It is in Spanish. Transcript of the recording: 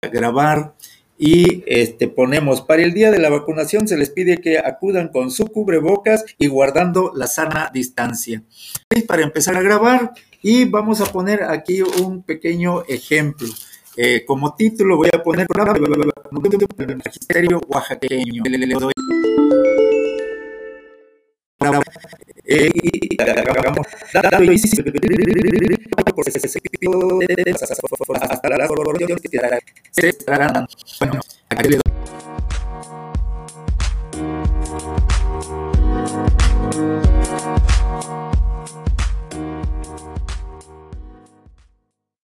grabar y ponemos, para el día de la vacunación se les pide que acudan con su cubrebocas y guardando la sana distancia. Para empezar a grabar, y vamos a poner aquí un pequeño ejemplo. Como título voy a poner el magisterio oaxaqueño. Le doy y hagamos hasta las bueno, aquí le doy